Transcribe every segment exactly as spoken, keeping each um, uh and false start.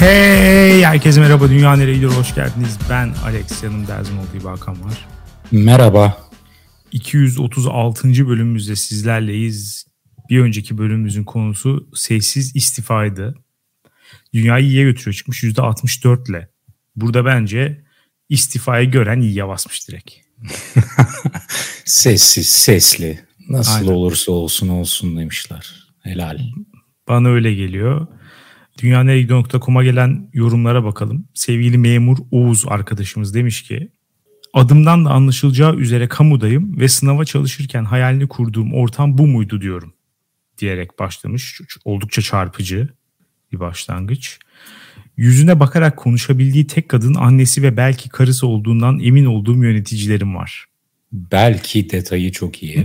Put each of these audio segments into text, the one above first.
Hey, herkese merhaba. Dünya nereye gidiyor? Hoş geldiniz. Ben Alex, yanımda Erzim olduğu bir Hakan var. Merhaba. iki yüz otuz altıncı bölümümüzde sizlerleyiz. Bir önceki bölümümüzün konusu sessiz istifaydı. Dünyayı iyiye götürüyor çıkmış yüzde altmış dört ile. Burada bence istifayı gören iyiye basmış direkt. Sessiz, sesli. Nasıl Aynen. olursa olsun olsun demişler. Helal. Bana öyle geliyor. dünya nereye gidiyor nokta com'a gelen yorumlara bakalım. Sevgili memur Oğuz arkadaşımız demiş ki, adımdan da anlaşılacağı üzere kamudayım ve sınava çalışırken hayalini kurduğum ortam bu muydu diyorum diyerek başlamış. Oldukça çarpıcı bir başlangıç. Yüzüne bakarak konuşabildiği tek kadın annesi ve belki karısı olduğundan emin olduğum yöneticilerim var. Belki detayı çok iyi.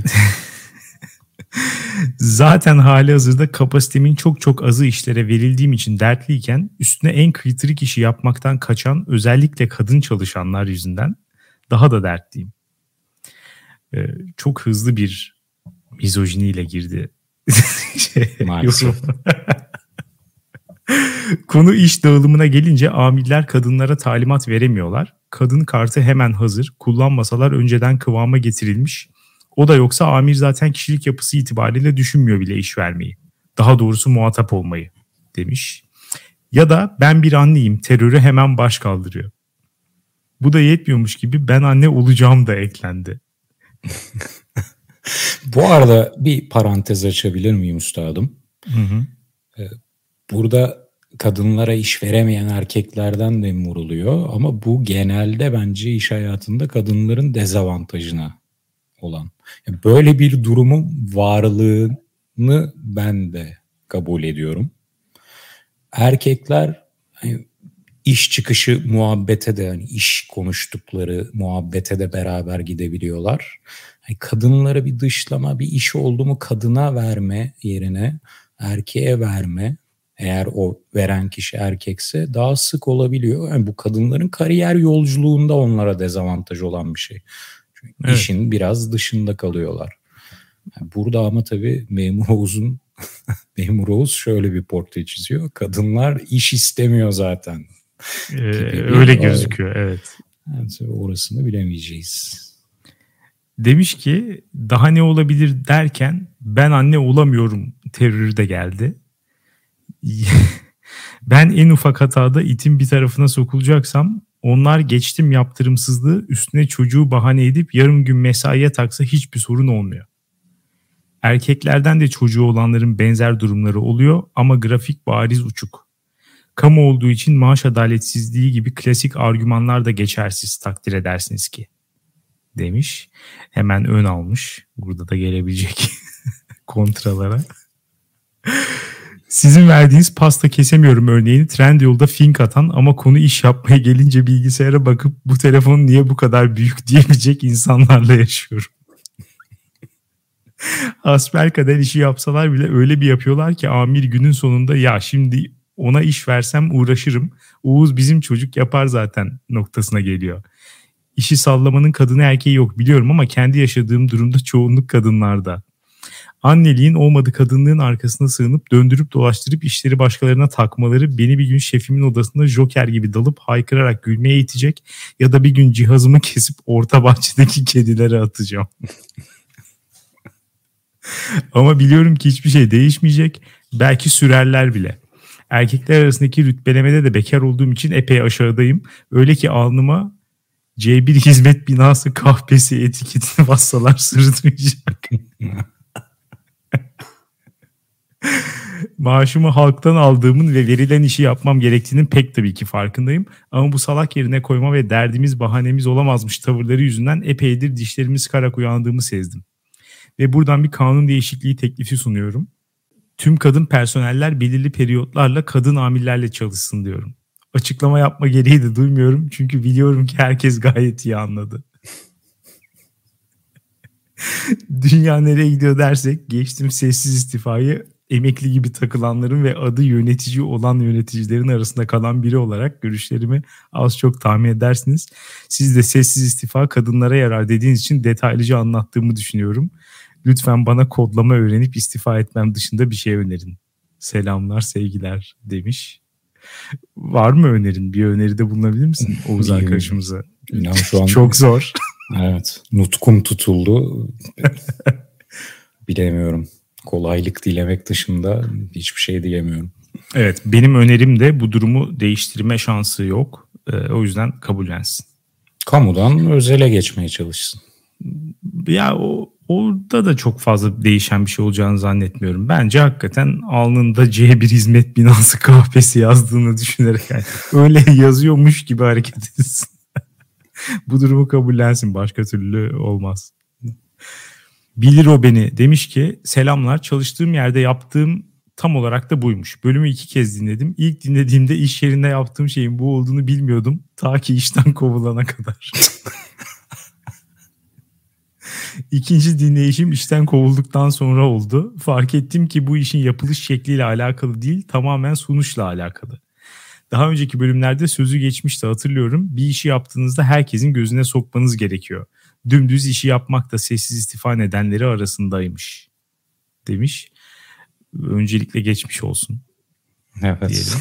Zaten hali hazırda kapasitemin çok çok azı işlere verildiğim için dertliyken üstüne en kritik işi yapmaktan kaçan özellikle kadın çalışanlar yüzünden daha da dertliyim. Ee, çok hızlı bir mizojiniyle girdi. şey, Maalesef. Konu iş dağılımına gelince amirler kadınlara talimat veremiyorlar. Kadın kartı hemen hazır. Kullanmasalar önceden kıvama getirilmiş. O da yoksa amir zaten kişilik yapısı itibariyle düşünmüyor bile iş vermeyi. Daha doğrusu muhatap olmayı demiş. Ya da ben bir anneyim, terörü hemen baş kaldırıyor. Bu da yetmiyormuş gibi ben anne olacağım da eklendi. Bu arada bir parantez açabilir miyim üstadım? Hı hı. Burada kadınlara iş veremeyen erkeklerden de vuruluyor ama bu genelde bence iş hayatında kadınların dezavantajına olan. Böyle bir durumun varlığını ben de kabul ediyorum. Erkekler hani iş çıkışı muhabbete de hani iş konuştukları muhabbete de beraber gidebiliyorlar. Yani kadınlara bir dışlama, bir iş oldu mu kadına verme yerine erkeğe verme, eğer o veren kişi erkekse daha sık olabiliyor. Yani bu kadınların kariyer yolculuğunda onlara dezavantaj olan bir şey. Çünkü evet. İşin biraz dışında kalıyorlar. Yani burada ama tabii Memur Oğuz'un Memur Oğuz şöyle bir portre çiziyor. Kadınlar iş istemiyor zaten. Ee, öyle gözüküyor, evet. Yani orasını bilemeyeceğiz. Demiş ki daha ne olabilir derken ben anne olamıyorum terörü de geldi. Ben en ufak hatada itin bir tarafına sokulacaksam onlar geçtim yaptırımsızlığı üstüne çocuğu bahane edip yarım gün mesaiye taksa hiçbir sorun olmuyor. Erkeklerden de çocuğu olanların benzer durumları oluyor ama grafik bariz uçuk. Kamu olduğu için maaş adaletsizliği gibi klasik argümanlar da geçersiz takdir edersiniz ki demiş. Hemen ön almış. Burada da gelebilecek kontralara. Sizin verdiğiniz pasta kesemiyorum örneğini Trendyol'da fink atan ama konu iş yapmaya gelince bilgisayara bakıp bu telefon niye bu kadar büyük diyebilecek insanlarla yaşıyorum. Hasbelkader işi yapsalar bile öyle bir yapıyorlar ki amir günün sonunda ya şimdi ona iş versem uğraşırım. Oğuz bizim çocuk yapar zaten noktasına geliyor. İşi sallamanın kadını erkeği yok biliyorum ama kendi yaşadığım durumda çoğunluk kadınlarda. Anneliğin olmadı kadınlığın arkasına sığınıp döndürüp dolaştırıp işleri başkalarına takmaları beni bir gün şefimin odasında Joker gibi dalıp haykırarak gülmeye itecek ya da bir gün cihazımı kesip orta bahçedeki kedilere atacağım. Ama biliyorum ki hiçbir şey değişmeyecek. Belki sürerler bile. Erkekler arasındaki rütbelemede de bekar olduğum için epey aşağıdayım. Öyle ki alnıma C bir hizmet binası kahpesi etiketini bassalar sırıtmayacak. Maaşımı halktan aldığımın ve verilen işi yapmam gerektiğinin pek tabii ki farkındayım. Ama bu salak yerine koyma ve derdimiz bahanemiz olamazmış tavırları yüzünden epeydir dişlerimi sıkarak uyandığımı sezdim. Ve buradan bir kanun değişikliği teklifi sunuyorum. Tüm kadın personeller belirli periyotlarla kadın amirlerle çalışsın diyorum. Açıklama yapma gereği de duymuyorum çünkü biliyorum ki herkes gayet iyi anladı. Dünya nereye gidiyor dersek geçtim sessiz istifayı emekli gibi takılanların ve adı yönetici olan yöneticilerin arasında kalan biri olarak görüşlerimi az çok tahmin edersiniz. Siz de sessiz istifa kadınlara yarar dediğiniz için detaylıca anlattığımı düşünüyorum. Lütfen bana kodlama öğrenip istifa etmem dışında bir şey önerin. Selamlar, sevgiler demiş. Var mı önerin? Bir öneride bulunabilir misin Oğuz arkadaşımıza? İnan şu an çok zor. Evet. Nutkum tutuldu. Bilemiyorum. Kolaylık dilemek dışında hiçbir şey diyemiyorum. Evet, benim önerim de bu durumu değiştirme şansı yok. Ee, o yüzden kabullensin. Kamudan özele geçmeye çalışsın. Ya o orada da çok fazla değişen bir şey olacağını zannetmiyorum. Bence hakikaten alnında C bir hizmet binası kahvesi yazdığını düşünerek yani öyle yazıyormuş gibi hareket etsin. Bu durumu kabullensin. Başka türlü olmaz. Bilir o beni demiş ki selamlar, çalıştığım yerde yaptığım tam olarak da buymuş. Bölümü iki kez dinledim. İlk dinlediğimde iş yerinde yaptığım şeyin bu olduğunu bilmiyordum. Ta ki işten kovulana kadar. İkinci dinleyişim işten kovulduktan sonra oldu. Fark ettim ki bu işin yapılış şekliyle alakalı değil, tamamen sunuşla alakalı. Daha önceki bölümlerde sözü geçmişti, hatırlıyorum. Bir işi yaptığınızda herkesin gözüne sokmanız gerekiyor. Dümdüz işi yapmak da sessiz istifa nedenleri arasındaymış demiş. Öncelikle geçmiş olsun. Evet.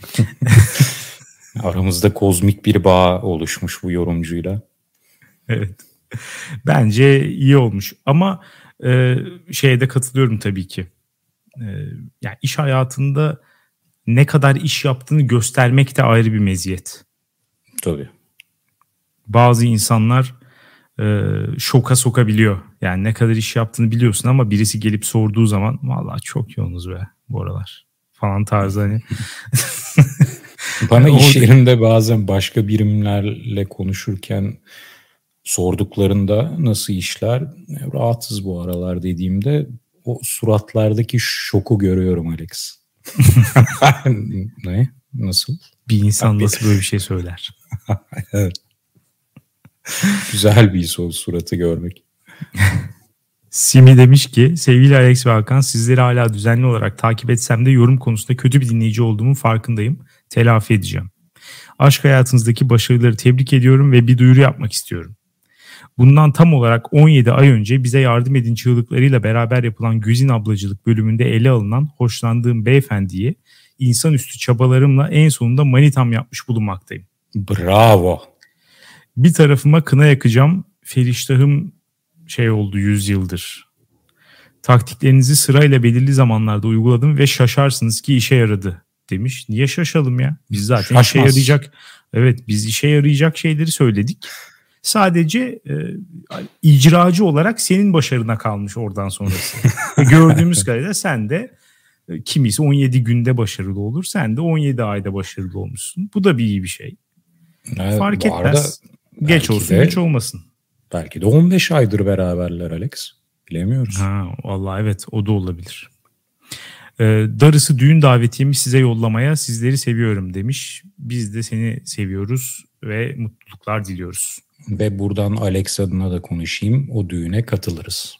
Aramızda kozmik bir bağ oluşmuş bu yorumcuyla. Evet. Bence iyi olmuş ama e, şeye de katılıyorum tabii ki. E, yani iş hayatında ne kadar iş yaptığını göstermek de ayrı bir meziyet. Tabii. Bazı insanlar e, şoka sokabiliyor. Yani ne kadar iş yaptığını biliyorsun ama birisi gelip sorduğu zaman vallahi çok yoğunuz be bu aralar falan tarzı hani. Bana iş yerinde bazen başka birimlerle konuşurken sorduklarında nasıl işler, rahatsız bu aralar dediğimde o suratlardaki şoku görüyorum Alex. Ne? Nasıl? Bir insan nasıl böyle bir şey söyler? Evet. Güzel bir his o suratı görmek. Simi demiş ki sevgili Alex ve Hakan, sizleri hala düzenli olarak takip etsem de yorum konusunda kötü bir dinleyici olduğumun farkındayım. Telafi edeceğim. Aşk hayatınızdaki başarıları tebrik ediyorum ve bir duyuru yapmak istiyorum. Bundan tam olarak on yedi ay önce bize yardım edin çığlıklarıyla beraber yapılan Güzin ablacılık bölümünde ele alınan hoşlandığım beyefendiyi insanüstü çabalarımla en sonunda manitam yapmış bulunmaktayım. Bravo. Bir tarafıma kına yakacağım, feriştahım şey oldu yüz yıldır. Taktiklerinizi sırayla belirli zamanlarda uyguladım ve şaşarsınız ki işe yaradı demiş. Niye şaşalım ya? Biz zaten Şaşmaz. işe yarayacak. Evet, biz işe yarayacak şeyleri söyledik. Sadece e, icracı olarak senin başarına kalmış oradan sonrası. Gördüğümüz kadarıyla sen de e, kimisi on yedi günde başarılı olur. Sen de on yedi ayda başarılı olmuşsun. Bu da bir iyi bir şey. Evet, fark etmez. Geç olsun, de, geç olmasın. Belki de on beş aydır beraberler Alex. Bilemiyoruz. Ha, vallahi evet, o da olabilir. Ee, darısı düğün davetiyemi size yollamaya, sizleri seviyorum demiş. Biz de seni seviyoruz ve mutluluklar diliyoruz. Ve buradan Alex adına da konuşayım. O düğüne katılırız.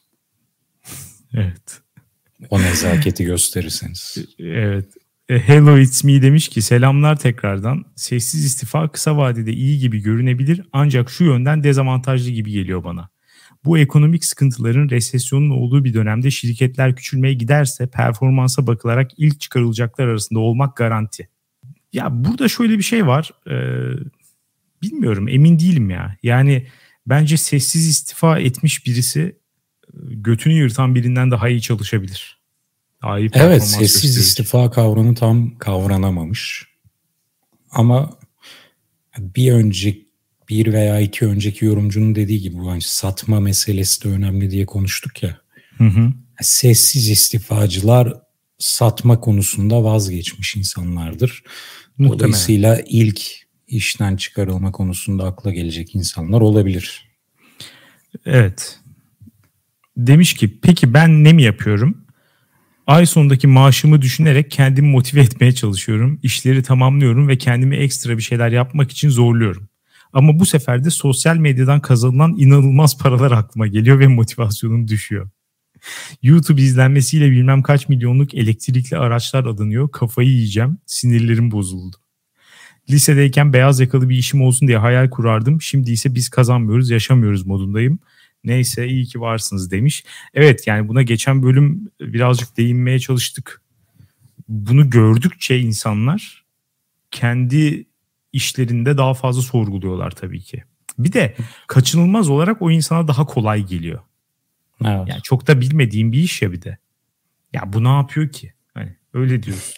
Evet. O nezaketi gösterirseniz. Evet. Hello It's Me demiş ki selamlar tekrardan. Sessiz istifa kısa vadede iyi gibi görünebilir ancak şu yönden dezavantajlı gibi geliyor bana. Bu ekonomik sıkıntıların resesyonun olduğu bir dönemde şirketler küçülmeye giderse performansa bakılarak ilk çıkarılacaklar arasında olmak garanti. Ya burada şöyle bir şey var. Ee, bilmiyorum, emin değilim ya. Yani bence sessiz istifa etmiş birisi götünü yırtan birinden daha iyi çalışabilir. Daha iyi evet, sessiz gösterir. istifa kavramı tam kavranamamış. Ama bir önceki bir veya iki önceki yorumcunun dediği gibi bu hani satma meselesi de önemli diye konuştuk ya. Hı hı. Sessiz istifacılar satma konusunda vazgeçmiş insanlardır. Muhtemelen. Dolayısıyla ilk işten çıkarılma konusunda akla gelecek insanlar olabilir. Evet. Demiş ki peki ben ne mi yapıyorum? Ay sonundaki maaşımı düşünerek kendimi motive etmeye çalışıyorum. İşleri tamamlıyorum ve kendimi ekstra bir şeyler yapmak için zorluyorum. Ama bu sefer de sosyal medyadan kazanılan inanılmaz paralar aklıma geliyor ve motivasyonum düşüyor. YouTube izlenmesiyle bilmem kaç milyonluk elektrikli araçlar alınıyor. Kafayı yiyeceğim. Sinirlerim bozuldu. Lisedeyken beyaz yakalı bir işim olsun diye hayal kurardım. Şimdi ise biz kazanmıyoruz, yaşamıyoruz modundayım. Neyse iyi ki varsınız demiş. Evet, yani buna geçen bölüm birazcık değinmeye çalıştık. Bunu gördükçe insanlar kendi işlerinde daha fazla sorguluyorlar tabii ki. Bir de kaçınılmaz olarak o insana daha kolay geliyor. Evet. Yani çok da bilmediğim bir iş ya bir de. Ya bu ne yapıyor ki? Hani öyle diyoruz.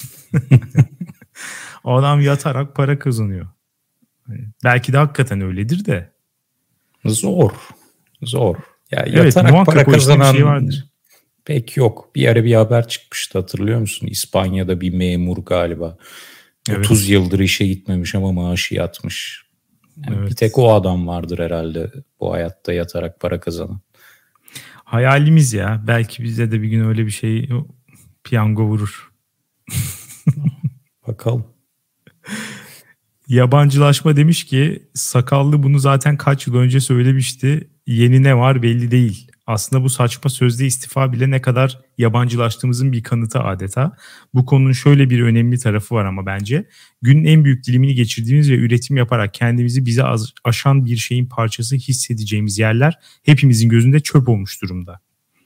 O adam yatarak para kazanıyor. Yani belki de hakikaten öyledir de. Zor. Zor. Ya Evet, yatarak para kazanan şey vardır. Pek yok. Bir ara bir haber çıkmıştı, hatırlıyor musun? İspanya'da bir memur galiba. Evet. otuz yıldır işe gitmemiş ama maaşı yatmış. Yani evet. Bir tek o adam vardır herhalde bu hayatta yatarak para kazanan. Hayalimiz ya. Belki bize de bir gün öyle bir şey, piyango vurur. Bakalım. Yabancılaşma demiş ki sakallı bunu zaten kaç yıl önce söylemişti. Yeni ne var belli değil. Aslında bu saçma sözde istifa bile ne kadar yabancılaştığımızın bir kanıtı adeta. Bu konunun şöyle bir önemli tarafı var ama bence. Günün en büyük dilimini geçirdiğimiz ve üretim yaparak kendimizi bize aşan bir şeyin parçası hissedeceğimiz yerler hepimizin gözünde çöp olmuş durumda.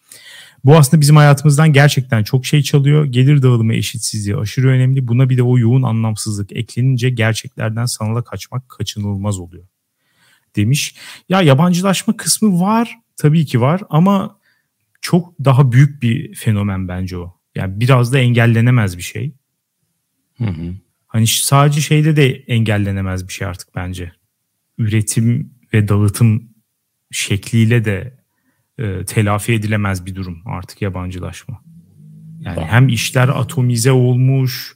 Bu aslında bizim hayatımızdan gerçekten çok şey çalıyor. Gelir dağılımı eşitsizliği aşırı önemli. Buna bir de o yoğun anlamsızlık eklenince gerçeklerden sanala kaçmak kaçınılmaz oluyor demiş. Ya yabancılaşma kısmı var, tabii ki var ama çok daha büyük bir fenomen bence o. Yani biraz da engellenemez bir şey. Hı hı. Hani sadece şeyde de engellenemez bir şey artık bence. Üretim ve dağıtım şekliyle de e, telafi edilemez bir durum artık yabancılaşma. Yani hem işler atomize olmuş,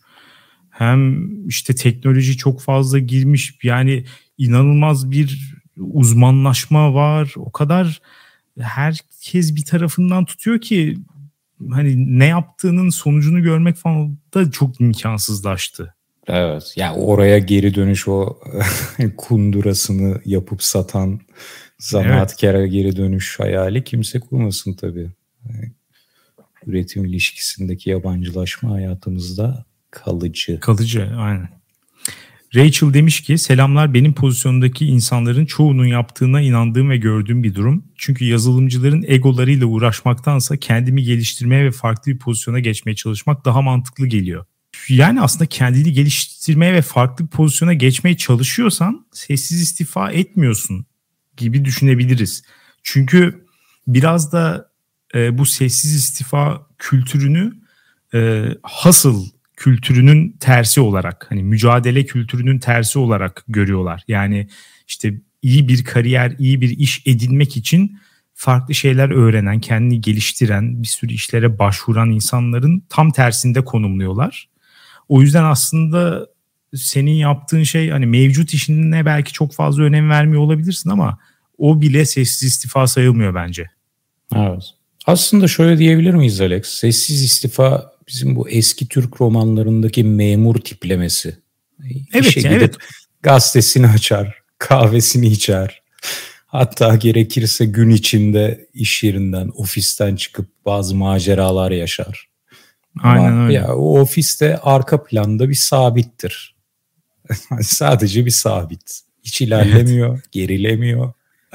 hem işte teknoloji çok fazla girmiş. Yani inanılmaz bir uzmanlaşma var. O kadar herkes bir tarafından tutuyor ki hani ne yaptığının sonucunu görmek falan da çok imkansızlaştı. Evet. Ya yani oraya geri dönüş, o kundurasını yapıp satan zanaatkara evet. Geri dönüş hayali kimse kurmasın tabii. Yani üretim ilişkisindeki yabancılaşma hayatımızda kalıcı. Kalıcı, aynen. Rachel demiş ki selamlar, benim pozisyondaki insanların çoğunun yaptığına inandığım ve gördüğüm bir durum. Çünkü yazılımcıların egolarıyla uğraşmaktansa kendimi geliştirmeye ve farklı bir pozisyona geçmeye çalışmak daha mantıklı geliyor. Yani aslında kendini geliştirmeye ve farklı bir pozisyona geçmeye çalışıyorsan sessiz istifa etmiyorsun gibi düşünebiliriz. Çünkü biraz da e, bu sessiz istifa kültürünü e, hustle kültürünün tersi olarak, hani mücadele kültürünün tersi olarak görüyorlar. Yani işte iyi bir kariyer, iyi bir iş edinmek için farklı şeyler öğrenen, kendini geliştiren, bir sürü işlere başvuran insanların tam tersinde konumluyorlar. O yüzden aslında senin yaptığın şey, hani mevcut işine belki çok fazla önem vermiyor olabilirsin ama o bile sessiz istifa sayılmıyor bence. Evet. Aslında şöyle diyebilir miyiz Alex? Sessiz istifa bizim bu eski Türk romanlarındaki memur tiplemesi. Evet, İşe gidip evet. Gazetesini açar, kahvesini içer. Hatta gerekirse gün içinde iş yerinden, ofisten çıkıp bazı maceralar yaşar. Aynen Ama öyle. Ya, o ofiste arka planda bir sabittir. Sadece bir sabit. Hiç ilerlemiyor, evet. Gerilemiyor.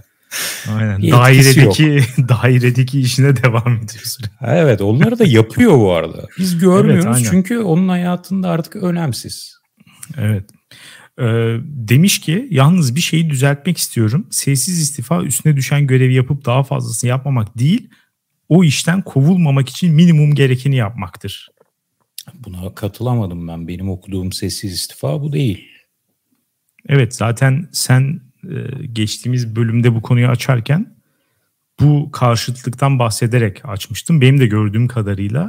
Aynen. Dairedeki dairedeki işine devam ediyorsun. Evet, onları da yapıyor bu arada. Biz görmüyoruz evet, çünkü onun hayatında artık önemsiz. Evet. Ee, demiş ki yalnız bir şeyi düzeltmek istiyorum. Sessiz istifa üstüne düşen görevi yapıp daha fazlasını yapmamak değil, o işten kovulmamak için minimum gerekeni yapmaktır. Buna katılamadım ben. Benim okuduğum sessiz istifa bu değil. Evet, zaten sen e, geçtiğimiz bölümde bu konuyu açarken bu karşıtlıktan bahsederek açmıştım. Benim de gördüğüm kadarıyla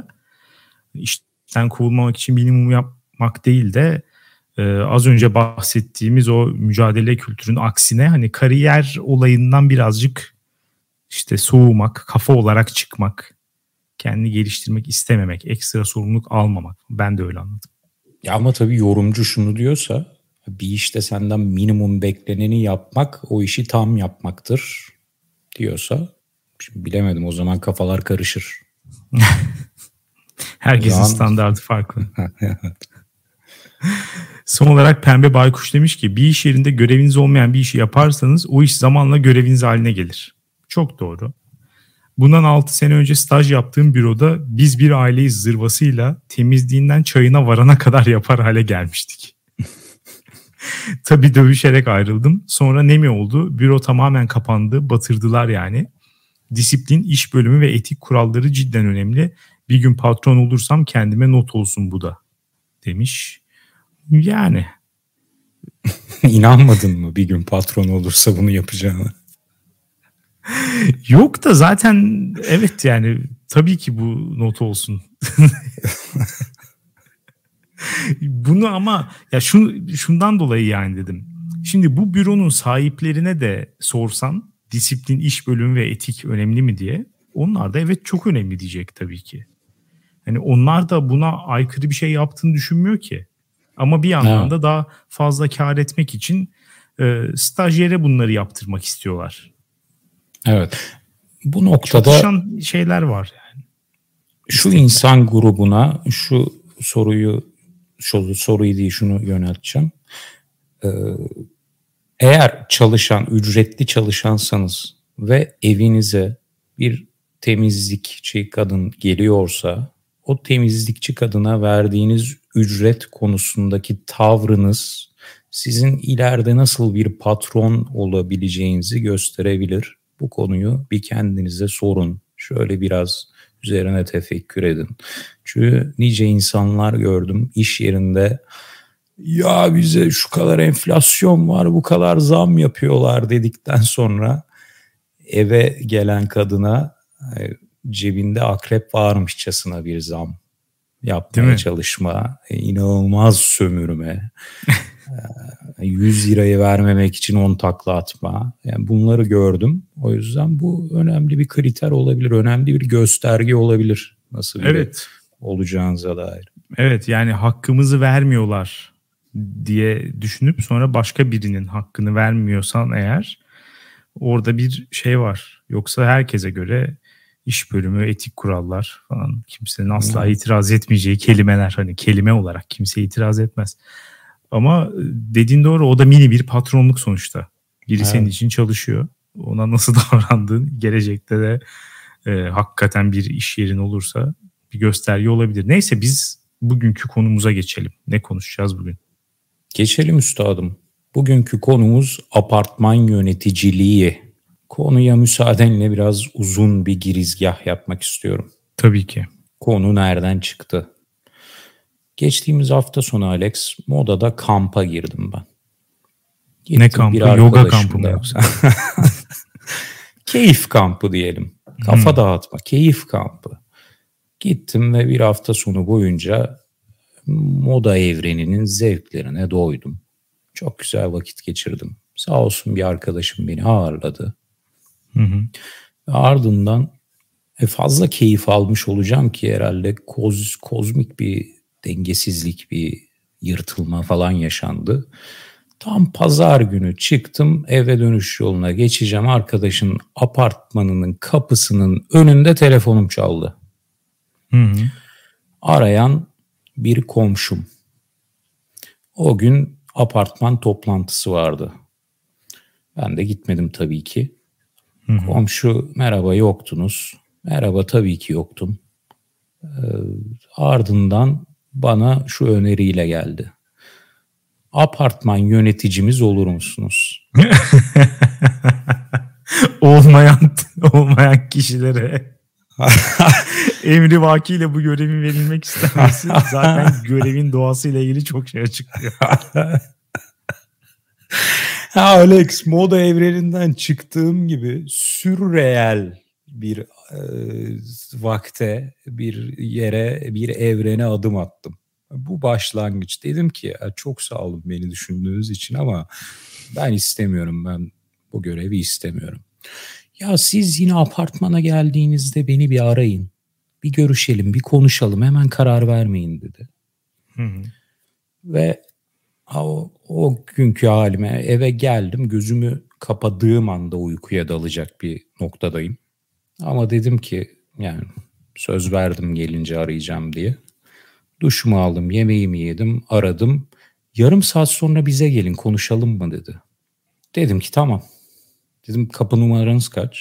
işten kovulmamak için minimum yapmak değil de e, az önce bahsettiğimiz o mücadele kültürünün aksine hani kariyer olayından birazcık işte soğumak, kafa olarak çıkmak, kendini geliştirmek istememek, ekstra sorumluluk almamak. Ben de öyle anladım. Ya ama tabii yorumcu şunu diyorsa, bir işte senden minimum bekleneni yapmak o işi tam yapmaktır diyorsa, şimdi bilemedim, o zaman kafalar karışır. Herkesin zaman... standartı farklı. Son olarak Pembe Baykuş demiş ki bir iş yerinde göreviniz olmayan bir işi yaparsanız o iş zamanla göreviniz haline gelir. Çok doğru. Bundan altı sene önce staj yaptığım büroda biz bir aileyiz zırvasıyla temizliğinden çayına varana kadar yapar hale gelmiştik. Tabii dövüşerek ayrıldım. Sonra ne mi oldu? Büro tamamen kapandı. Batırdılar yani. Disiplin, iş bölümü ve etik kuralları cidden önemli. Bir gün patron olursam kendime not olsun bu da demiş. Yani. İnanmadın mı bir gün patron olursa bunu yapacağını? Yok da zaten evet yani tabii ki bu not olsun. Bunu ama ya şun, şundan dolayı yani dedim. Şimdi bu büronun sahiplerine de sorsan disiplin, iş bölümü ve etik önemli mi diye, onlar da evet çok önemli diyecek tabii ki. Yani onlar da buna aykırı bir şey yaptığını düşünmüyor ki. Ama bir yandan Ha. da daha fazla kar etmek için e, stajyere bunları yaptırmak istiyorlar. Evet. Bu noktada çatışan şeyler var yani. Şu İstekler. insan grubuna şu soruyu şu soruyu değil şunu yönelteceğim. Ee, eğer çalışan, ücretli çalışansanız ve evinize bir temizlikçi kadın geliyorsa, o temizlikçi kadına verdiğiniz ücret konusundaki tavrınız sizin ileride nasıl bir patron olabileceğinizi gösterebilir. Bu konuyu bir kendinize sorun. Şöyle biraz üzerine tefekkür edin. Çünkü nice insanlar gördüm iş yerinde, ya bize şu kadar enflasyon var, bu kadar zam yapıyorlar dedikten sonra eve gelen kadına cebinde akrep varmışçasına bir zam yapmaya çalışma, inanılmaz sömürme, yüz lirayı vermemek için on takla atma. Yani bunları gördüm. O yüzden bu önemli bir kriter olabilir, önemli bir gösterge olabilir nasıl biri evet. olacağınıza dair. Evet, yani hakkımızı vermiyorlar diye düşünüp sonra başka birinin hakkını vermiyorsan eğer orada bir şey var. Yoksa herkese göre iş bölümü, etik kurallar falan, kimsenin asla hmm. itiraz etmeyeceği kelimeler, hani kelime olarak kimse itiraz etmez. Ama dediğin doğru, o da mini bir patronluk sonuçta. Biri evet. senin için çalışıyor. Ona nasıl davrandığın gelecekte de e, hakikaten bir iş yerin olursa bir gösterge olabilir. Neyse biz bugünkü konumuza geçelim. Ne konuşacağız bugün? Geçelim üstadım. Bugünkü konumuz apartman yöneticiliği. Konuya müsaadenle biraz uzun bir girizgah yapmak istiyorum. Tabii ki. Konu nereden çıktı? Geçtiğimiz hafta sonu Alex, Moda'da kampa girdim ben. Gittim, ne kampı? Yoga kampı mı yoksa? Keyif kampı diyelim. Kafa hmm. dağıtma, keyif kampı. Gittim ve bir hafta sonu boyunca moda evreninin zevklerine doydum. Çok güzel vakit geçirdim. Sağ olsun bir arkadaşım beni ağırladı. Hı hı. Ve ardından fazla keyif almış olacağım ki herhalde koz, kozmik bir dengesizlik, bir yırtılma falan yaşandı. Tam pazar günü çıktım, eve dönüş yoluna geçeceğim. Arkadaşın apartmanının kapısının önünde telefonum çaldı. Hı hı. Arayan bir komşum. O gün apartman toplantısı vardı. Ben de gitmedim tabii ki. Hı hı. Komşu, merhaba, yoktunuz. Merhaba, tabii ki yoktum. Ee, ardından bana şu öneriyle geldi. Apartman yöneticimiz olur musunuz? olmayan olmayan kişilere emri vakiyle bu görevin verilmek istemesi zaten görevin doğasıyla ilgili çok şey açıklıyor. Ha Alex, moda evreninden çıktığım gibi sürreel bir e, vakte, bir yere, bir evrene adım attım. Bu başlangıç. Dedim ki çok sağ olun beni düşündüğünüz için ama ben istemiyorum, ben bu görevi istemiyorum. Ya siz yine apartmana geldiğinizde beni bir arayın. Bir görüşelim, bir konuşalım, hemen karar vermeyin dedi. Hı hı. Ve o, o günkü halime eve geldim, gözümü kapadığım anda uykuya dalacak bir noktadayım. Ama dedim ki yani söz verdim gelince arayacağım diye. Duşumu aldım, yemeğimi yedim, aradım. Yarım saat sonra bize gelin konuşalım mı dedi. Dedim ki tamam. Dedim kapı numaranız kaç?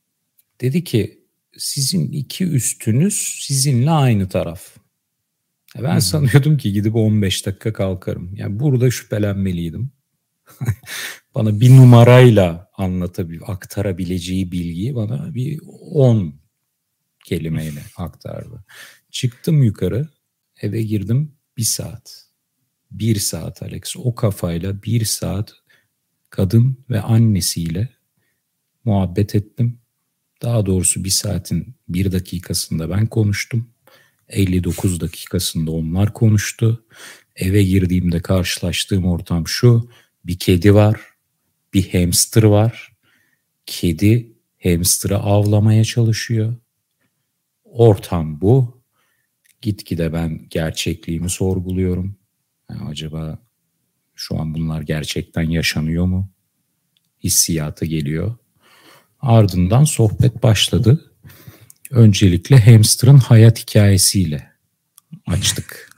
Dedi ki sizin iki üstünüz sizinle aynı taraf. Ben Hı-hı. sanıyordum ki gidip on beş dakika kalkarım. Yani burada şüphelenmeliydim. Bana bir numarayla anlatabil, aktarabileceği bilgiyi bana bir on kelimeyle aktardı. Çıktım yukarı, eve girdim bir saat. Bir saat Alex, o kafayla bir saat kadın ve annesiyle muhabbet ettim. Daha doğrusu bir saatin bir dakikasında ben konuştum. elli dokuz dakikasında onlar konuştu. Eve girdiğimde karşılaştığım ortam şu: bir kedi var, bir hamster var. Kedi hamster'ı avlamaya çalışıyor. Ortam bu. Gitgide ben gerçekliğimi sorguluyorum. Yani acaba şu an bunlar gerçekten yaşanıyor mu? Hissiyatı geliyor. Ardından sohbet başladı. Öncelikle hamster'ın hayat hikayesiyle açtık.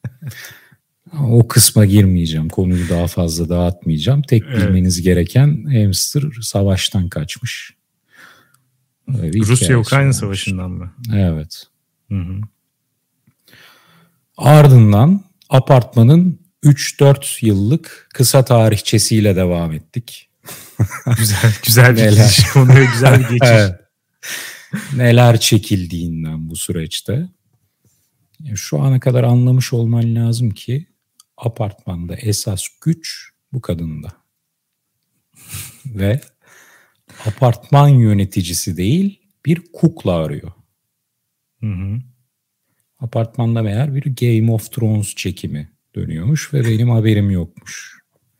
O kısma girmeyeceğim. Konuyu daha fazla dağıtmayacağım. Tek evet. bilmeniz gereken hamster savaştan kaçmış. Rusya-Ukrayna savaşından mı? Evet. Hı hı. Ardından apartmanın üç dört yıllık kısa tarihçesiyle devam ettik. güzel güzel bir geçiş. Konuya güzel bir geçiş. Evet. Neler çekildiğinden bu süreçte. Şu ana kadar anlamış olman lazım ki apartmanda esas güç bu kadında. Ve apartman yöneticisi değil, bir kukla arıyor. Hı hı. Apartmanda meğer bir Game of Thrones çekimi dönüyormuş ve benim haberim yokmuş.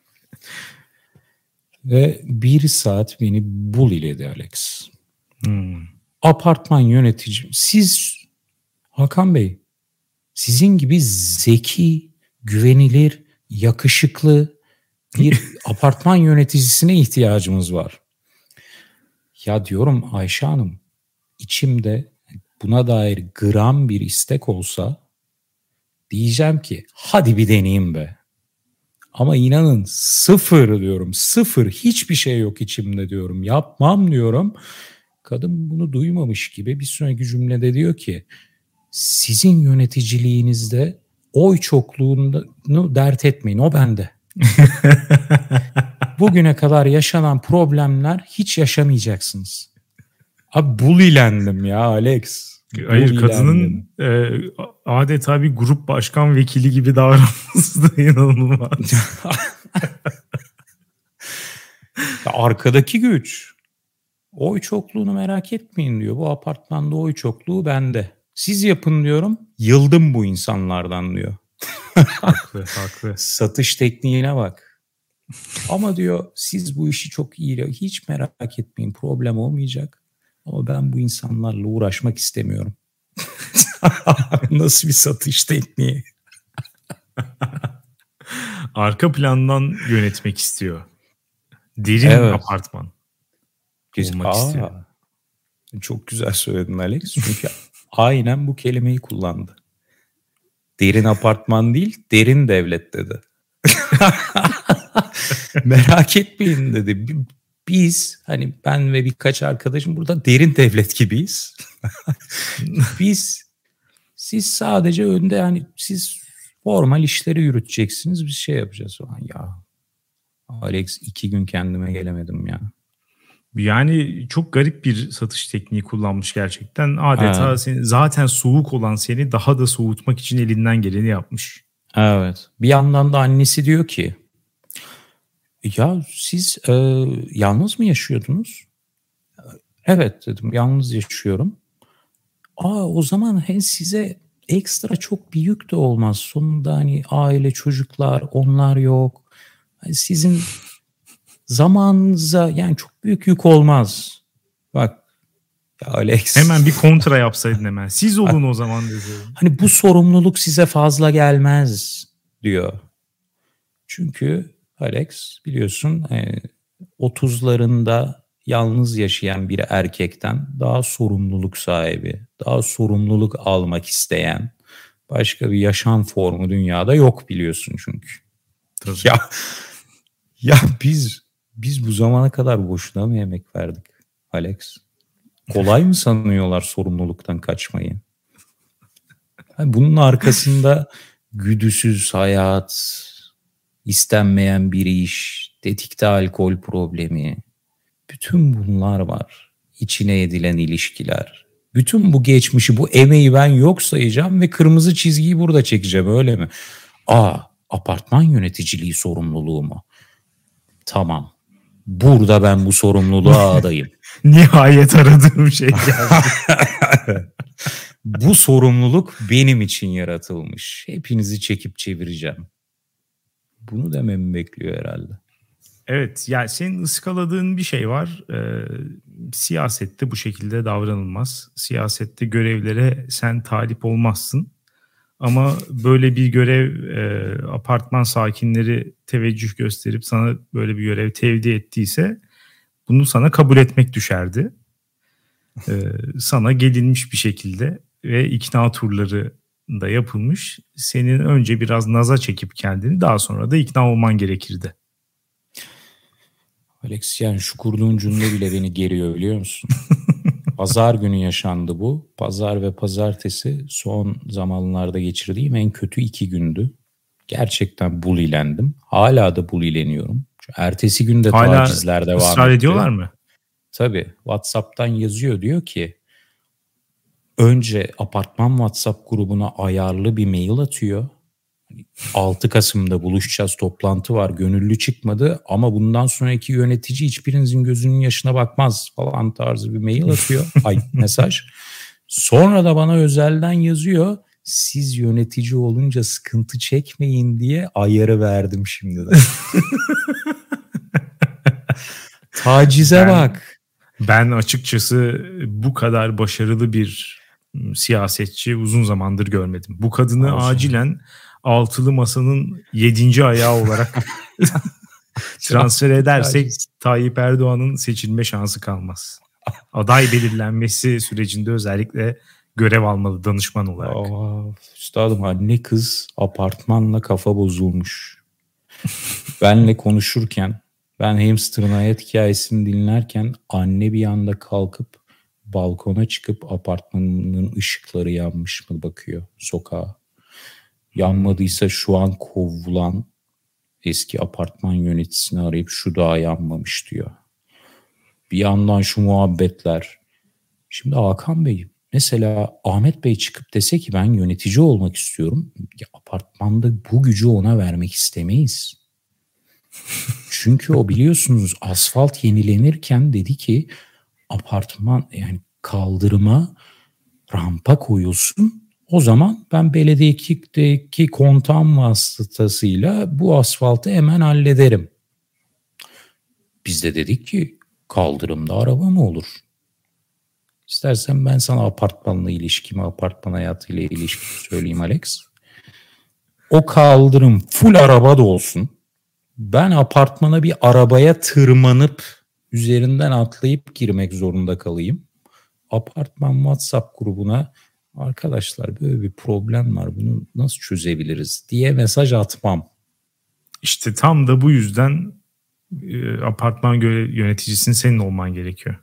Ve bir saat beni bulliledi Alex. Hmm. Apartman yönetici, siz Hakan Bey, sizin gibi zeki, güvenilir, yakışıklı bir apartman yöneticisine ihtiyacımız var. Ya diyorum Ayşe Hanım, içimde buna dair gram bir istek olsa diyeceğim ki hadi bir deneyeyim be. Ama inanın sıfır diyorum, sıfır, hiçbir şey yok içimde diyorum, yapmam diyorum. Kadın bunu duymamış gibi bir sonraki cümlede diyor ki sizin yöneticiliğinizde oy çokluğunu dert etmeyin, o bende. Bugüne kadar yaşanan problemler hiç yaşamayacaksınız. Abi bulilendim ya Alex. Hayır, kadının e, adeta bir grup başkan vekili gibi davranması da inanılmaz. Arkadaki güç. Oy çokluğunu merak etmeyin diyor. Bu apartmanda oy çokluğu bende. Siz yapın diyorum. Yıldım bu insanlardan diyor. Haklı, haklı. Satış tekniğine bak. Ama diyor siz bu işi çok iyi, hiç merak etmeyin, problem olmayacak. Ama ben bu insanlarla uğraşmak istemiyorum. Nasıl bir satış tekniği? Arka plandan yönetmek istiyor. Derin evet. Apartman. Olmak Aa, istiyor. Çok güzel söyledin Alex. Çünkü aynen bu kelimeyi kullandı. Derin apartman değil, derin devlet dedi. Merak etmeyin dedi. Biz, hani ben ve birkaç arkadaşım burada derin devlet gibiyiz. Biz, siz sadece önde, yani siz formal işleri yürüteceksiniz, biz şey yapacağız falan. Ya Alex, iki gün kendime gelemedim ya. Yani çok garip bir satış tekniği kullanmış gerçekten. Adeta evet. seni, zaten soğuk olan seni daha da soğutmak için elinden geleni yapmış. Evet. Bir yandan da annesi diyor ki ya siz e, yalnız mı yaşıyordunuz? Evet dedim, yalnız yaşıyorum. Aa, o zaman he, size ekstra çok bir yük de olmaz. Sonunda hani aile, çocuklar, onlar yok. Yani sizin zamanınıza yani çok büyük yük olmaz. Bak ya Alex. Hemen bir kontra yapsaydın hemen. Siz olun o zaman deseydin. Hani bu sorumluluk size fazla gelmez diyor. Çünkü Alex biliyorsun otuzlarında yalnız yaşayan bir erkekten daha sorumluluk sahibi, daha sorumluluk almak isteyen başka bir yaşam formu dünyada yok biliyorsun çünkü. Tabii. Ya ya biz biz bu zamana kadar boşuna mı emek verdik Alex? Kolay mı sanıyorlar sorumluluktan kaçmayı? Bunun arkasında güdüsüz hayat, istenmeyen bir iş, tetikte alkol problemi, bütün bunlar var. İçine edilen ilişkiler. Bütün bu geçmişi, bu emeği ben yok sayacağım ve kırmızı çizgiyi burada çekeceğim, öyle mi? Aa, apartman yöneticiliği sorumluluğu mu? Tamam. Burada ben bu sorumluluğa adayım. Nihayet aradığım şey geldi. Bu sorumluluk benim için yaratılmış. Hepinizi çekip çevireceğim. Bunu dememi bekliyor herhalde. Evet, yani senin ıskaladığın bir şey var. Ee, siyasette bu şekilde davranılmaz. Siyasette görevlere sen talip olmazsın. Ama böyle bir görev e, apartman sakinleri teveccüh gösterip sana böyle bir görev tevdi ettiyse bunu sana kabul etmek düşerdi. Ee, sana gelinmiş bir şekilde ve ikna turları da yapılmış. Senin önce biraz naza çekip kendini, daha sonra da ikna olman gerekirdi. Alex, yani şu kurduğun cümle bile beni geriyor, biliyor musun? Pazar günü yaşandı bu. Pazar ve pazartesi son zamanlarda geçirdiğim en kötü iki gündü. Gerçekten bulilendim. Hala da bulileniyorum. Ertesi günde hala tacizler devam etti. Hala ısrar ediyorlar mı? Tabii. WhatsApp'tan yazıyor, diyor ki önce apartman WhatsApp grubuna ayarlı bir mail atıyor. altı Kasım'da buluşacağız, toplantı var, gönüllü çıkmadı ama bundan sonraki yönetici hiçbirinizin gözünün yaşına bakmaz falan tarzı bir mail atıyor. Ay mesaj. Sonra da bana özelden yazıyor. Siz yönetici olunca sıkıntı çekmeyin diye ayarı verdim şimdiden. Tacize ben, bak. Ben açıkçası bu kadar başarılı bir siyasetçi uzun zamandır görmedim. Bu kadını Olsun. acilen altılı masanın yedinci ayağı olarak transfer edersek Tayyip Erdoğan'ın seçilme şansı kalmaz. Aday belirlenmesi sürecinde özellikle görev almalı danışman olarak. Aa, üstadım, anne kız apartmanla kafa bozulmuş. Benle konuşurken, ben hamsterın hayat hikayesini dinlerken anne bir anda kalkıp balkona çıkıp apartmanının ışıkları yanmış mı bakıyor sokağa. Yanmadıysa şu an kovulan eski apartman yöneticisini arayıp şu daha yanmamış diyor. Bir yandan şu muhabbetler. Şimdi Hakan Bey, mesela Ahmet Bey çıkıp dese ki ben yönetici olmak istiyorum. Ya apartmanda bu gücü ona vermek istemeyiz. Çünkü o, biliyorsunuz, asfalt yenilenirken dedi ki apartman, yani kaldırıma rampa koyulsun. O zaman ben belediyedeki kontağım vasıtasıyla bu asfaltı hemen hallederim. Biz de dedik ki kaldırımda araba mı olur? İstersen ben sana apartmanla ilişkimi, apartman hayatıyla ilişkimi söyleyeyim Alex. O kaldırım full araba da olsun. Ben apartmana bir arabaya tırmanıp üzerinden atlayıp girmek zorunda kalayım. Apartman WhatsApp grubuna arkadaşlar böyle bir problem var, bunu nasıl çözebiliriz diye mesaj atmam. İşte tam da bu yüzden e, apartman yöneticisinin senin olman gerekiyor.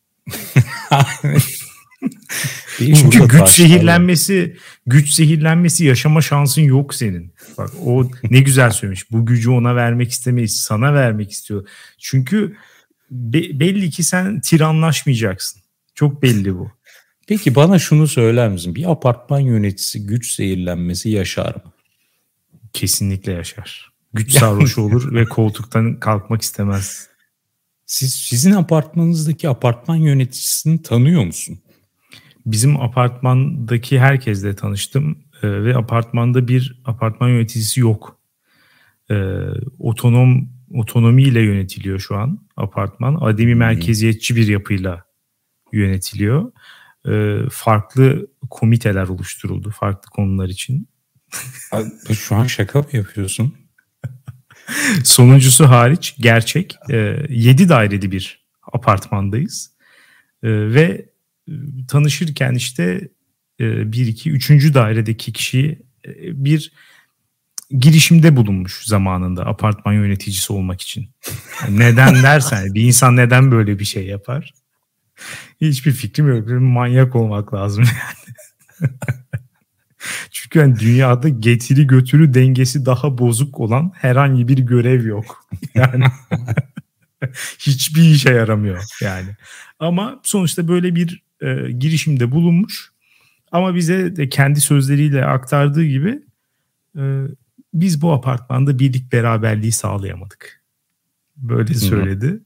Çünkü güç zehirlenmesi, güç zehirlenmesi yaşama şansın yok senin. Bak o ne güzel söylemiş. Bu gücü ona vermek istemeyiz, sana vermek istiyor. Çünkü be- belli ki sen tiranlaşmayacaksın. Çok belli bu. Peki bana şunu söyler misin? Bir apartman yöneticisi güç zehirlenmesi yaşar mı? Kesinlikle yaşar. Güç sarhoşu olur ve koltuktan kalkmak istemez. Siz sizin apartmanınızdaki apartman yöneticisini tanıyor musun? Bizim apartmandaki herkesle tanıştım ee, ve apartmanda bir apartman yöneticisi yok. Ee, otonom otonomiyle yönetiliyor şu an apartman. Ademi hmm. merkeziyetçi bir yapıyla yönetiliyor. Ee, farklı komiteler oluşturuldu farklı konular için. Şu an şaka mı yapıyorsun? Sonuncusu hariç gerçek. Ee, yedi daireli bir apartmandayız. Ee, ve tanışırken işte e, bir, iki, üçüncü dairedeki kişi e, bir girişimde bulunmuş zamanında apartman yöneticisi olmak için. Yani neden dersen, bir insan neden böyle bir şey yapar? Hiçbir fikrim yok. Bir manyak olmak lazım yani. Çünkü yani dünyada getiri götürü dengesi daha bozuk olan herhangi bir görev yok. Yani hiçbir işe yaramıyor yani. Ama sonuçta böyle bir e, girişimde bulunmuş. Ama bize de kendi sözleriyle aktardığı gibi e, biz bu apartmanda birlik beraberliği sağlayamadık. Böyle söyledi.